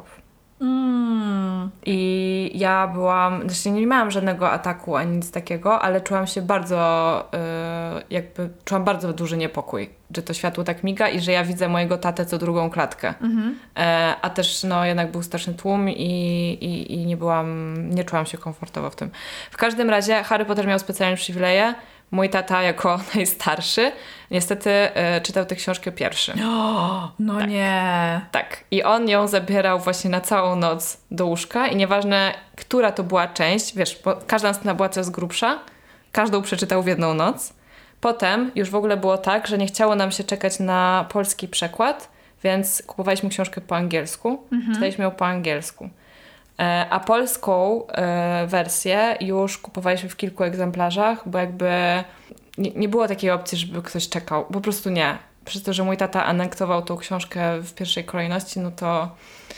Mm. I ja byłam, znaczy nie miałam żadnego ataku ani nic takiego, ale czułam się bardzo, yy, jakby czułam bardzo duży niepokój, że to światło tak miga i że ja widzę mojego tatę co drugą klatkę. Mm-hmm. E, a też no jednak był straszny tłum i, i, i nie byłam, nie czułam się komfortowo w tym. W każdym razie Harry Potter miał specjalne przywileje. Mój tata jako najstarszy niestety y, czytał tę książkę pierwszy. O, no tak. Nie. Tak. I on ją zabierał właśnie na całą noc do łóżka i nieważne, która to była część, wiesz, bo każda następna była coraz grubsza, każdą przeczytał w jedną noc. Potem już w ogóle było tak, że nie chciało nam się czekać na polski przekład, więc kupowaliśmy książkę po angielsku, mhm. czytaliśmy ją po angielsku. A polską e, wersję już kupowaliśmy w kilku egzemplarzach, bo jakby nie, nie było takiej opcji, żeby ktoś czekał. Po prostu nie. Przez to, że mój tata anektował tą książkę w pierwszej kolejności, no to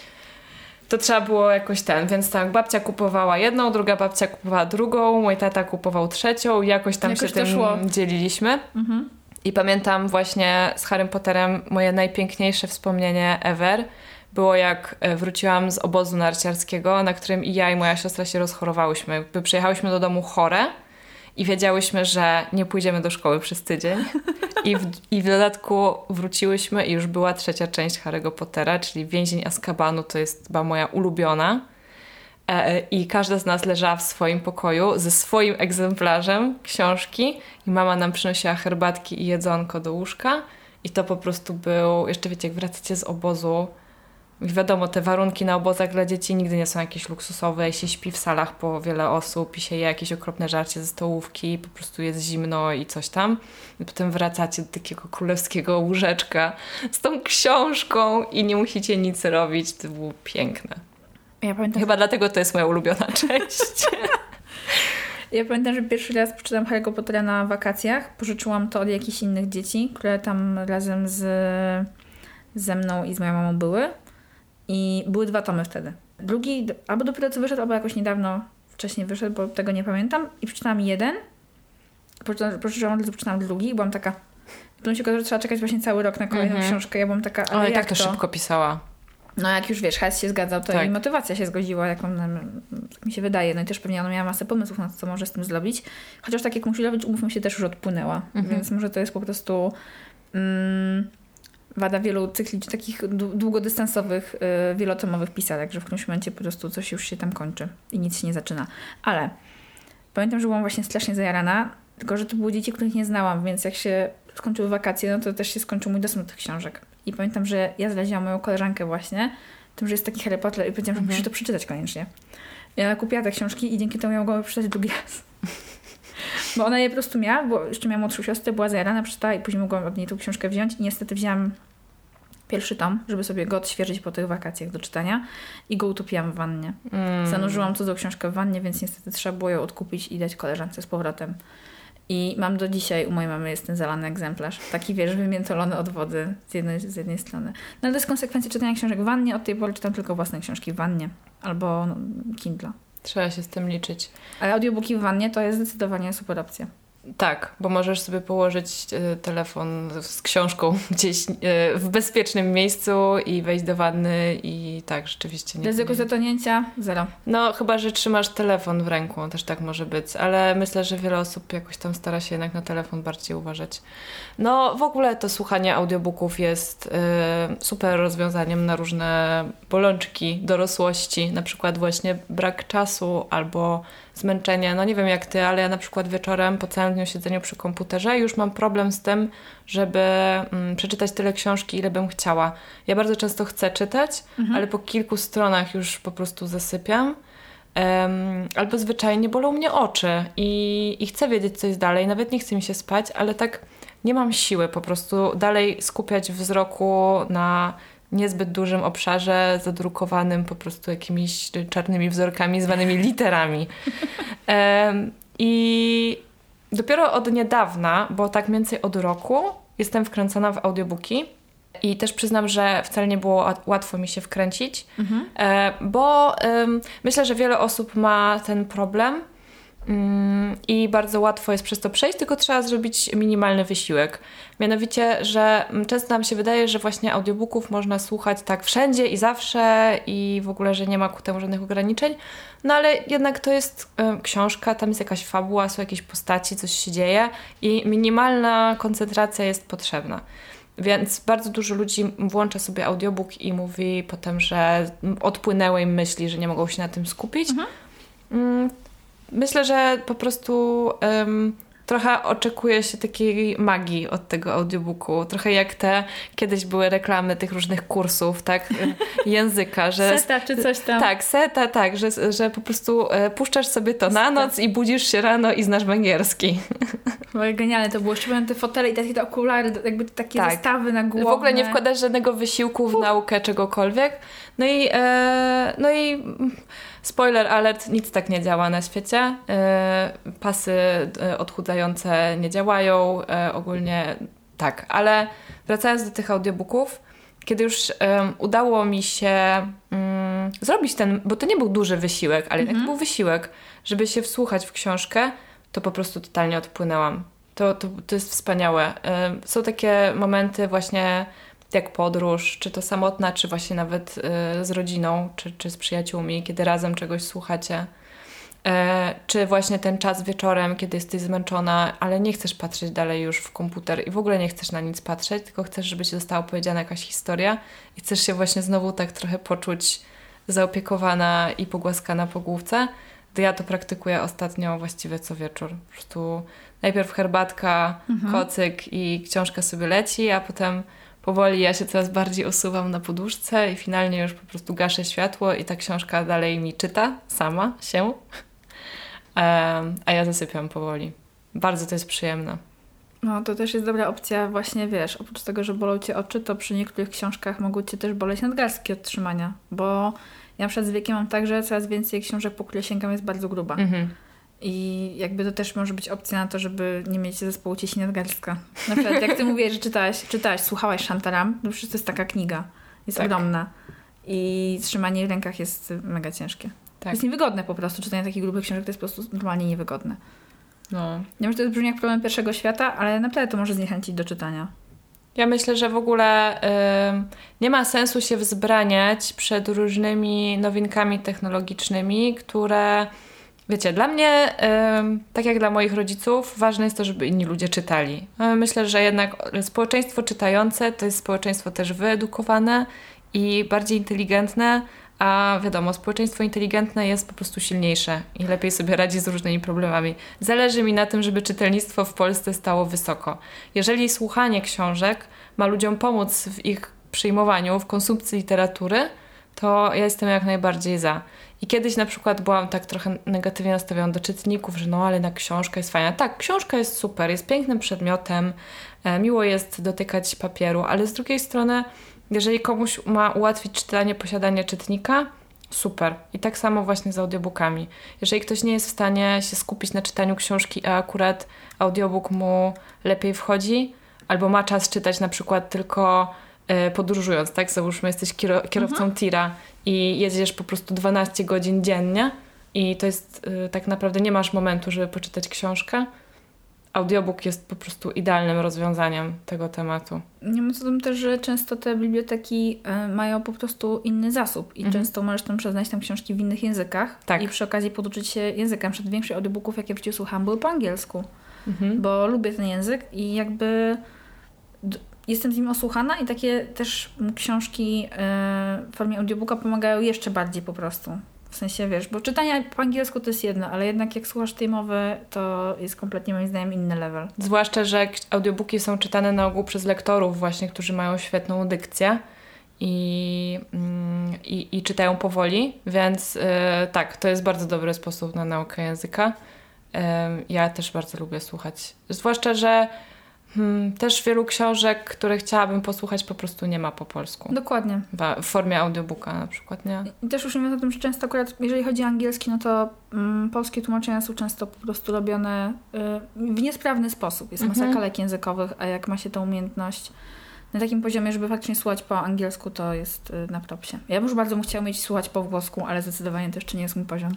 to trzeba było jakoś ten. Więc tak, babcia kupowała jedną, druga babcia kupowała drugą, mój tata kupował trzecią i jakoś tam jakoś się tym szło. dzieliliśmy. Mhm. I pamiętam właśnie z Harrym Potterem moje najpiękniejsze wspomnienie ever było, jak wróciłam z obozu narciarskiego, na którym i ja i moja siostra się rozchorowałyśmy. Jakby przyjechałyśmy do domu chore i wiedziałyśmy, że nie pójdziemy do szkoły przez tydzień. I w, i w dodatku wróciłyśmy i już była trzecia część Harry'ego Pottera, czyli Więzień Azkabanu, to jest chyba moja ulubiona. E, I każda z nas leżała w swoim pokoju ze swoim egzemplarzem książki i mama nam przynosiła herbatki i jedzonko do łóżka. I to po prostu był, jeszcze wiecie, jak wracacie z obozu, wiadomo, te warunki na obozach dla dzieci nigdy nie są jakieś luksusowe. Jeśli śpi w salach po wiele osób i się je jakieś okropne żarcie ze stołówki, po prostu jest zimno i coś tam. I potem wracacie do takiego królewskiego łóżeczka z tą książką i nie musicie nic robić. To było piękne. Ja pamiętam, Chyba dlatego to jest moja ulubiona część. Ja pamiętam, że pierwszy raz przeczytałam Harry'ego Pottera na wakacjach. Pożyczyłam to od jakichś innych dzieci, które tam razem z, ze mną i z moją mamą były. I były dwa tomy wtedy. Drugi albo dopiero co wyszedł, albo jakoś niedawno wcześniej wyszedł, bo tego nie pamiętam. I przeczytałam jeden. Przeczytałam, przeczytałam drugi i byłam taka... Potem się okazało, że trzeba czekać właśnie cały rok na kolejną mm-hmm. książkę. Ja byłam taka... Ale, ale jak tak to, to szybko pisała. No jak już wiesz, hajs się zgadzał, to tak. I motywacja się zgodziła, jak, on, jak mi się wydaje. No i też pewnie ona miała masę pomysłów na to, co może z tym zrobić. Chociaż tak jak musi robić, umówmy się, też już odpłynęła. Mm-hmm. Więc może to jest po prostu... Mm, wada wielu cykli, takich długodystansowych, yy, wielotomowych pisarek, że w którymś momencie po prostu coś już się tam kończy i nic się nie zaczyna. Ale pamiętam, że byłam właśnie strasznie zajarana, tylko że to były dzieci, których nie znałam, więc jak się skończyły wakacje, no to też się skończył mój dostęp do tych książek. I pamiętam, że ja zraziłam moją koleżankę właśnie tym, że jest taki Harry Potter i powiedziałam, że mhm. muszę to przeczytać koniecznie. I ona kupiła te książki i dzięki temu ja mogłam przeczytać drugi raz. Bo ona je po prostu miała, bo jeszcze miała młodszą siostrę, była zajarana, przeczytała i później mogłam od niej tą książkę wziąć i niestety wzięłam pierwszy tom, żeby sobie go odświeżyć po tych wakacjach do czytania i go utopiłam w wannie. Mm. Zanurzyłam cudzą książkę w wannie, więc niestety trzeba było ją odkupić i dać koleżance z powrotem. I mam do dzisiaj, u mojej mamy jest ten zalany egzemplarz. Taki, wiesz, wymiętolony od wody z jednej, z jednej strony. No ale to jest konsekwencja czytania książek w wannie. Od tej pory czytam tylko własne książki w wannie. Albo no, Kindle. Trzeba się z tym liczyć. Ale audiobooki w wannie to jest zdecydowanie super opcja. Tak, bo możesz sobie położyć y, telefon z książką gdzieś y, w bezpiecznym miejscu i wejść do wanny i tak, rzeczywiście nie. Ryzyko zatonięcia zero. No chyba, że trzymasz telefon w ręku, też tak może być, ale myślę, że wiele osób jakoś tam stara się jednak na telefon bardziej uważać. No w ogóle to słuchanie audiobooków jest y, super rozwiązaniem na różne bolączki dorosłości, na przykład właśnie brak czasu albo zmęczenie. No nie wiem jak ty, ale ja na przykład wieczorem po całym dniu siedzeniu przy komputerze już mam problem z tym, żeby mm, przeczytać tyle książki, ile bym chciała. Ja bardzo często chcę czytać, mhm. ale po kilku stronach już po prostu zasypiam. Um, albo zwyczajnie bolą mnie oczy i, i chcę wiedzieć, co jest dalej. Nawet nie chce mi się spać, ale tak nie mam siły po prostu dalej skupiać wzroku na niezbyt dużym obszarze zadrukowanym po prostu jakimiś czarnymi wzorkami zwanymi literami. Um, I dopiero od niedawna, bo tak mniej więcej od roku, jestem wkręcona w audiobooki i też przyznam, że wcale nie było łatwo mi się wkręcić, mhm. e, bo um, myślę, że wiele osób ma ten problem um, i bardzo łatwo jest przez to przejść, tylko trzeba zrobić minimalny wysiłek. Mianowicie, że często nam się wydaje, że właśnie audiobooków można słuchać tak wszędzie i zawsze i w ogóle, że nie ma ku temu żadnych ograniczeń, no ale jednak to jest y, książka, tam jest jakaś fabuła, są jakieś postaci, coś się dzieje i minimalna koncentracja jest potrzebna. Więc bardzo dużo ludzi włącza sobie audiobook i mówi potem, że odpłynęły im myśli, że nie mogą się na tym skupić. Mhm. Mm, myślę, że po prostu um, trochę oczekuje się takiej magii od tego audiobooku. Trochę jak te kiedyś były reklamy tych różnych kursów, tak, języka. Że, seta czy coś tam. Tak, seta, tak, że, że po prostu e, puszczasz sobie to na noc i budzisz się rano i znasz węgierski. Bo genialne to było. Szczególnie te fotele i takie te okulary, jakby takie tak. zestawy na głowę. W ogóle nie wkładasz żadnego wysiłku w Uf. naukę czegokolwiek. No i, e, no i spoiler alert, nic tak nie działa na świecie. E, pasy odchudzające nie działają. E, ogólnie tak. Ale wracając do tych audiobooków, kiedy już e, udało mi się mm, zrobić ten, bo to nie był duży wysiłek, ale mhm. to był wysiłek, żeby się wsłuchać w książkę, to po prostu totalnie odpłynęłam. To, to, to jest wspaniałe. Y, są takie momenty właśnie jak podróż, czy to samotna, czy właśnie nawet y, z rodziną, czy, czy z przyjaciółmi, kiedy razem czegoś słuchacie. Y, czy właśnie ten czas wieczorem, kiedy jesteś zmęczona, ale nie chcesz patrzeć dalej już w komputer i w ogóle nie chcesz na nic patrzeć, tylko chcesz, żeby ci została opowiedziana jakaś historia i chcesz się właśnie znowu tak trochę poczuć zaopiekowana i pogłaskana po główce. To ja to praktykuję ostatnio właściwie co wieczór. Po prostu najpierw herbatka, mhm. kocyk i książka sobie leci, a potem powoli ja się coraz bardziej osuwam na poduszce i finalnie już po prostu gaszę światło i ta książka dalej mi czyta sama się, a ja zasypiam powoli. Bardzo to jest przyjemne. No to też jest dobra opcja właśnie, wiesz, oprócz tego, że bolą cię oczy, to przy niektórych książkach mogą cię też boleć nadgarstki od trzymania, bo ja na przykład z wiekiem mam tak, że coraz więcej książek, po które sięgam, jest bardzo gruba. Mm-hmm. I jakby to też może być opcja na to, żeby nie mieć zespołu ciesi nadgarstka. Na przykład jak ty mówisz, że czytałaś, czytałaś, słuchałaś Shantaram, to przecież to jest taka kniga. Jest tak. ogromna. I trzymanie w rękach jest mega ciężkie. Tak. To jest niewygodne po prostu. Czytanie takich grubych książek to jest po prostu normalnie niewygodne. No. Nie wiem, że to brzmi jak problem pierwszego świata, ale naprawdę to może zniechęcić do czytania. Ja myślę, że w ogóle y, nie ma sensu się wzbraniać przed różnymi nowinkami technologicznymi, które, wiecie, dla mnie, y, tak jak dla moich rodziców, ważne jest to, żeby inni ludzie czytali. Myślę, że jednak społeczeństwo czytające to jest społeczeństwo też wyedukowane i bardziej inteligentne, a wiadomo, społeczeństwo inteligentne jest po prostu silniejsze i lepiej sobie radzi z różnymi problemami. Zależy mi na tym, żeby czytelnictwo w Polsce stało wysoko. Jeżeli słuchanie książek ma ludziom pomóc w ich przyjmowaniu, w konsumpcji literatury, to ja jestem jak najbardziej za. I kiedyś na przykład byłam tak trochę negatywnie nastawiona do czytników, że no ale na książka jest fajna. Tak, książka jest super, jest pięknym przedmiotem, e, miło jest dotykać papieru, ale z drugiej strony jeżeli komuś ma ułatwić czytanie, posiadanie czytnika, super. I tak samo właśnie z audiobookami. Jeżeli ktoś nie jest w stanie się skupić na czytaniu książki, a akurat audiobook mu lepiej wchodzi, albo ma czas czytać na przykład tylko y, podróżując, tak? Załóżmy, jesteś kiero- kierowcą mhm. tira i jedziesz po prostu dwanaście godzin dziennie i to jest y, tak naprawdę nie masz momentu, żeby poczytać książkę, audiobook jest po prostu idealnym rozwiązaniem tego tematu. Nie ma co tym też, że często te biblioteki y, mają po prostu inny zasób i mhm. często możesz tam przeznać tam książki w innych językach tak. i przy okazji poduczyć się języka. Przed większość audiobooków, jakie w życiu słucham, były po angielsku, mhm. bo lubię ten język i jakby d- jestem z nim osłuchana i takie też książki y, w formie audiobooka pomagają jeszcze bardziej po prostu. W sensie, wiesz, bo czytanie po angielsku to jest jedno, ale jednak jak słuchasz tej mowy, to jest kompletnie moim zdaniem inny level. Zwłaszcza, że audiobooki są czytane na ogół przez lektorów właśnie, którzy mają świetną dykcję i, i, i czytają powoli, więc yy, tak, to jest bardzo dobry sposób na naukę języka. Yy, ja też bardzo lubię słuchać. Zwłaszcza, że Hmm, też wielu książek, które chciałabym posłuchać, po prostu nie ma po polsku. Dokładnie. W formie audiobooka na przykład, nie? I też już mówię o tym, że często akurat, jeżeli chodzi o angielski, no to mm, polskie tłumaczenia są często po prostu robione y, w niesprawny sposób. Jest masa mhm. kalek językowych, a jak ma się tą umiejętność na takim poziomie, żeby faktycznie słuchać po angielsku, to jest y, na propsie. Ja bym już bardzo bym chciała mieć słuchać po włosku, ale zdecydowanie to jeszcze nie jest mój poziom.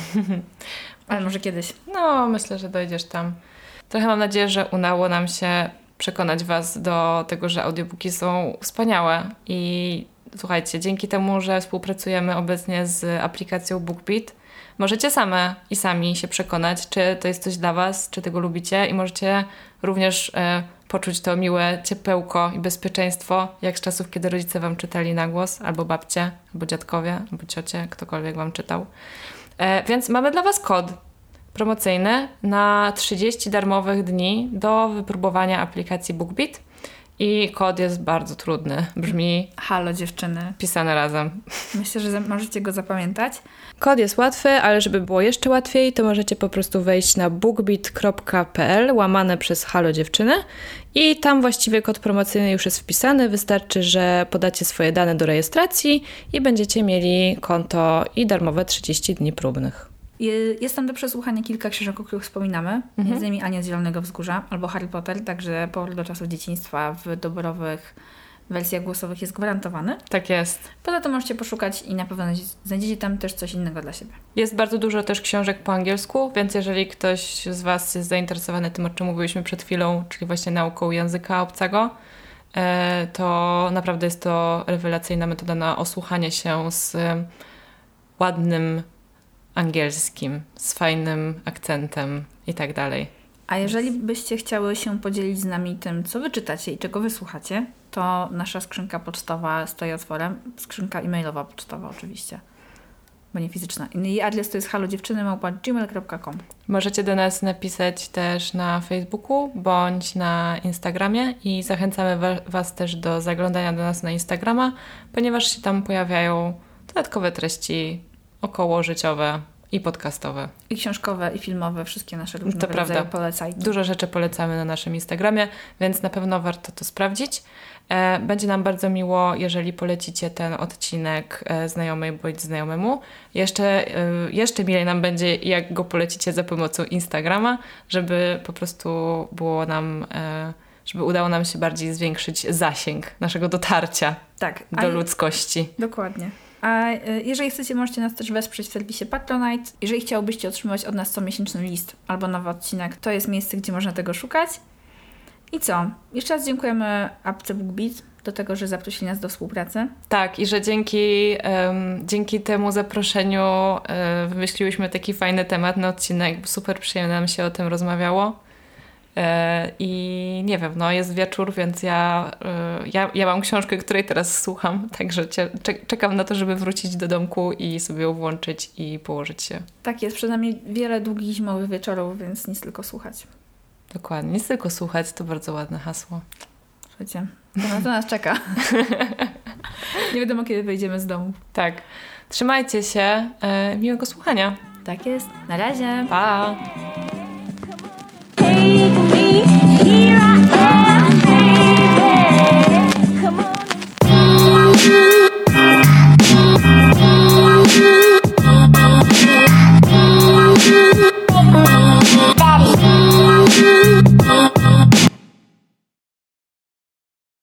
Ale może kiedyś. No, myślę, że dojdziesz tam. Trochę mam nadzieję, że udało nam się przekonać Was do tego, że audiobooki są wspaniałe i słuchajcie, dzięki temu, że współpracujemy obecnie z aplikacją BookBeat, możecie same i sami się przekonać, czy to jest coś dla Was, czy tego lubicie i możecie również e, poczuć to miłe ciepełko i bezpieczeństwo, jak z czasów, kiedy rodzice Wam czytali na głos, albo babcie, albo dziadkowie, albo ciocie, ktokolwiek Wam czytał. E, więc mamy dla Was kod promocyjny na trzydzieści darmowych dni do wypróbowania aplikacji BookBeat i kod jest bardzo trudny. Brzmi halo dziewczyny. Pisane razem. Myślę, że możecie go zapamiętać. Kod jest łatwy, ale żeby było jeszcze łatwiej, to możecie po prostu wejść na bookbeat kropka p l łamane przez halo dziewczyny i tam właściwie kod promocyjny już jest wpisany. Wystarczy, że podacie swoje dane do rejestracji i będziecie mieli konto i darmowe trzydzieści dni próbnych. Jest tam do przesłuchania kilka książek, o których wspominamy. Mhm. Między innymi Ania z Zielonego Wzgórza albo Harry Potter, także powrót do czasów dzieciństwa w doborowych wersjach głosowych jest gwarantowany. Tak jest. Poza tym możecie poszukać i na pewno znajdziecie tam też coś innego dla siebie. Jest bardzo dużo też książek po angielsku, więc jeżeli ktoś z Was jest zainteresowany tym, o czym mówiliśmy przed chwilą, czyli właśnie nauką języka obcego, to naprawdę jest to rewelacyjna metoda na osłuchanie się z ładnym angielskim, z fajnym akcentem i tak dalej. A jeżeli byście chciały się podzielić z nami tym, co wy czytacie i czego wysłuchacie, to nasza skrzynka pocztowa stoi otworem. Skrzynka e-mailowa pocztowa oczywiście, bo nie fizyczna. Jej adres to jest halodziewczyny małpa gmail kropka com. Możecie do nas napisać też na Facebooku bądź na Instagramie i zachęcamy wa- Was też do zaglądania do nas na Instagrama, ponieważ się tam pojawiają dodatkowe treści około życiowe i podcastowe. I książkowe, i filmowe, wszystkie nasze różne to rodzaje prawda. polecajki. Dużo rzeczy polecamy na naszym Instagramie, więc na pewno warto to sprawdzić. Będzie nam bardzo miło, jeżeli polecicie ten odcinek znajomej bądź znajomemu. Jeszcze, jeszcze milej nam będzie, jak go polecicie za pomocą Instagrama, żeby po prostu było nam... żeby udało nam się bardziej zwiększyć zasięg naszego dotarcia tak, do ludzkości. Dokładnie. A jeżeli chcecie, możecie nas też wesprzeć w serwisie Patronite. Jeżeli chciałbyście otrzymać od nas comiesięczny list albo nowy odcinek, to jest miejsce, gdzie można tego szukać. I co? Jeszcze raz dziękujemy apce BookBeat do tego, że zaprosili nas do współpracy. Tak, i że dzięki, um, dzięki temu zaproszeniu um, wymyśliłyśmy taki fajny temat na odcinek. Super przyjemnie nam się o tym rozmawiało. I nie wiem, no jest wieczór, więc ja, ja, ja mam książkę, której teraz słucham, także cie, czekam na to, żeby wrócić do domku i sobie ją włączyć i położyć się. Tak jest, przed nami wiele długich zimowych wieczorów, więc nic tylko słuchać. Dokładnie, nic tylko słuchać, to bardzo ładne hasło. Słuchajcie, to na to nas czeka. Nie wiadomo, kiedy wyjdziemy z domu. Tak. Trzymajcie się, e, miłego słuchania. Tak jest, na razie. Pa! Here I am, baby. Come on.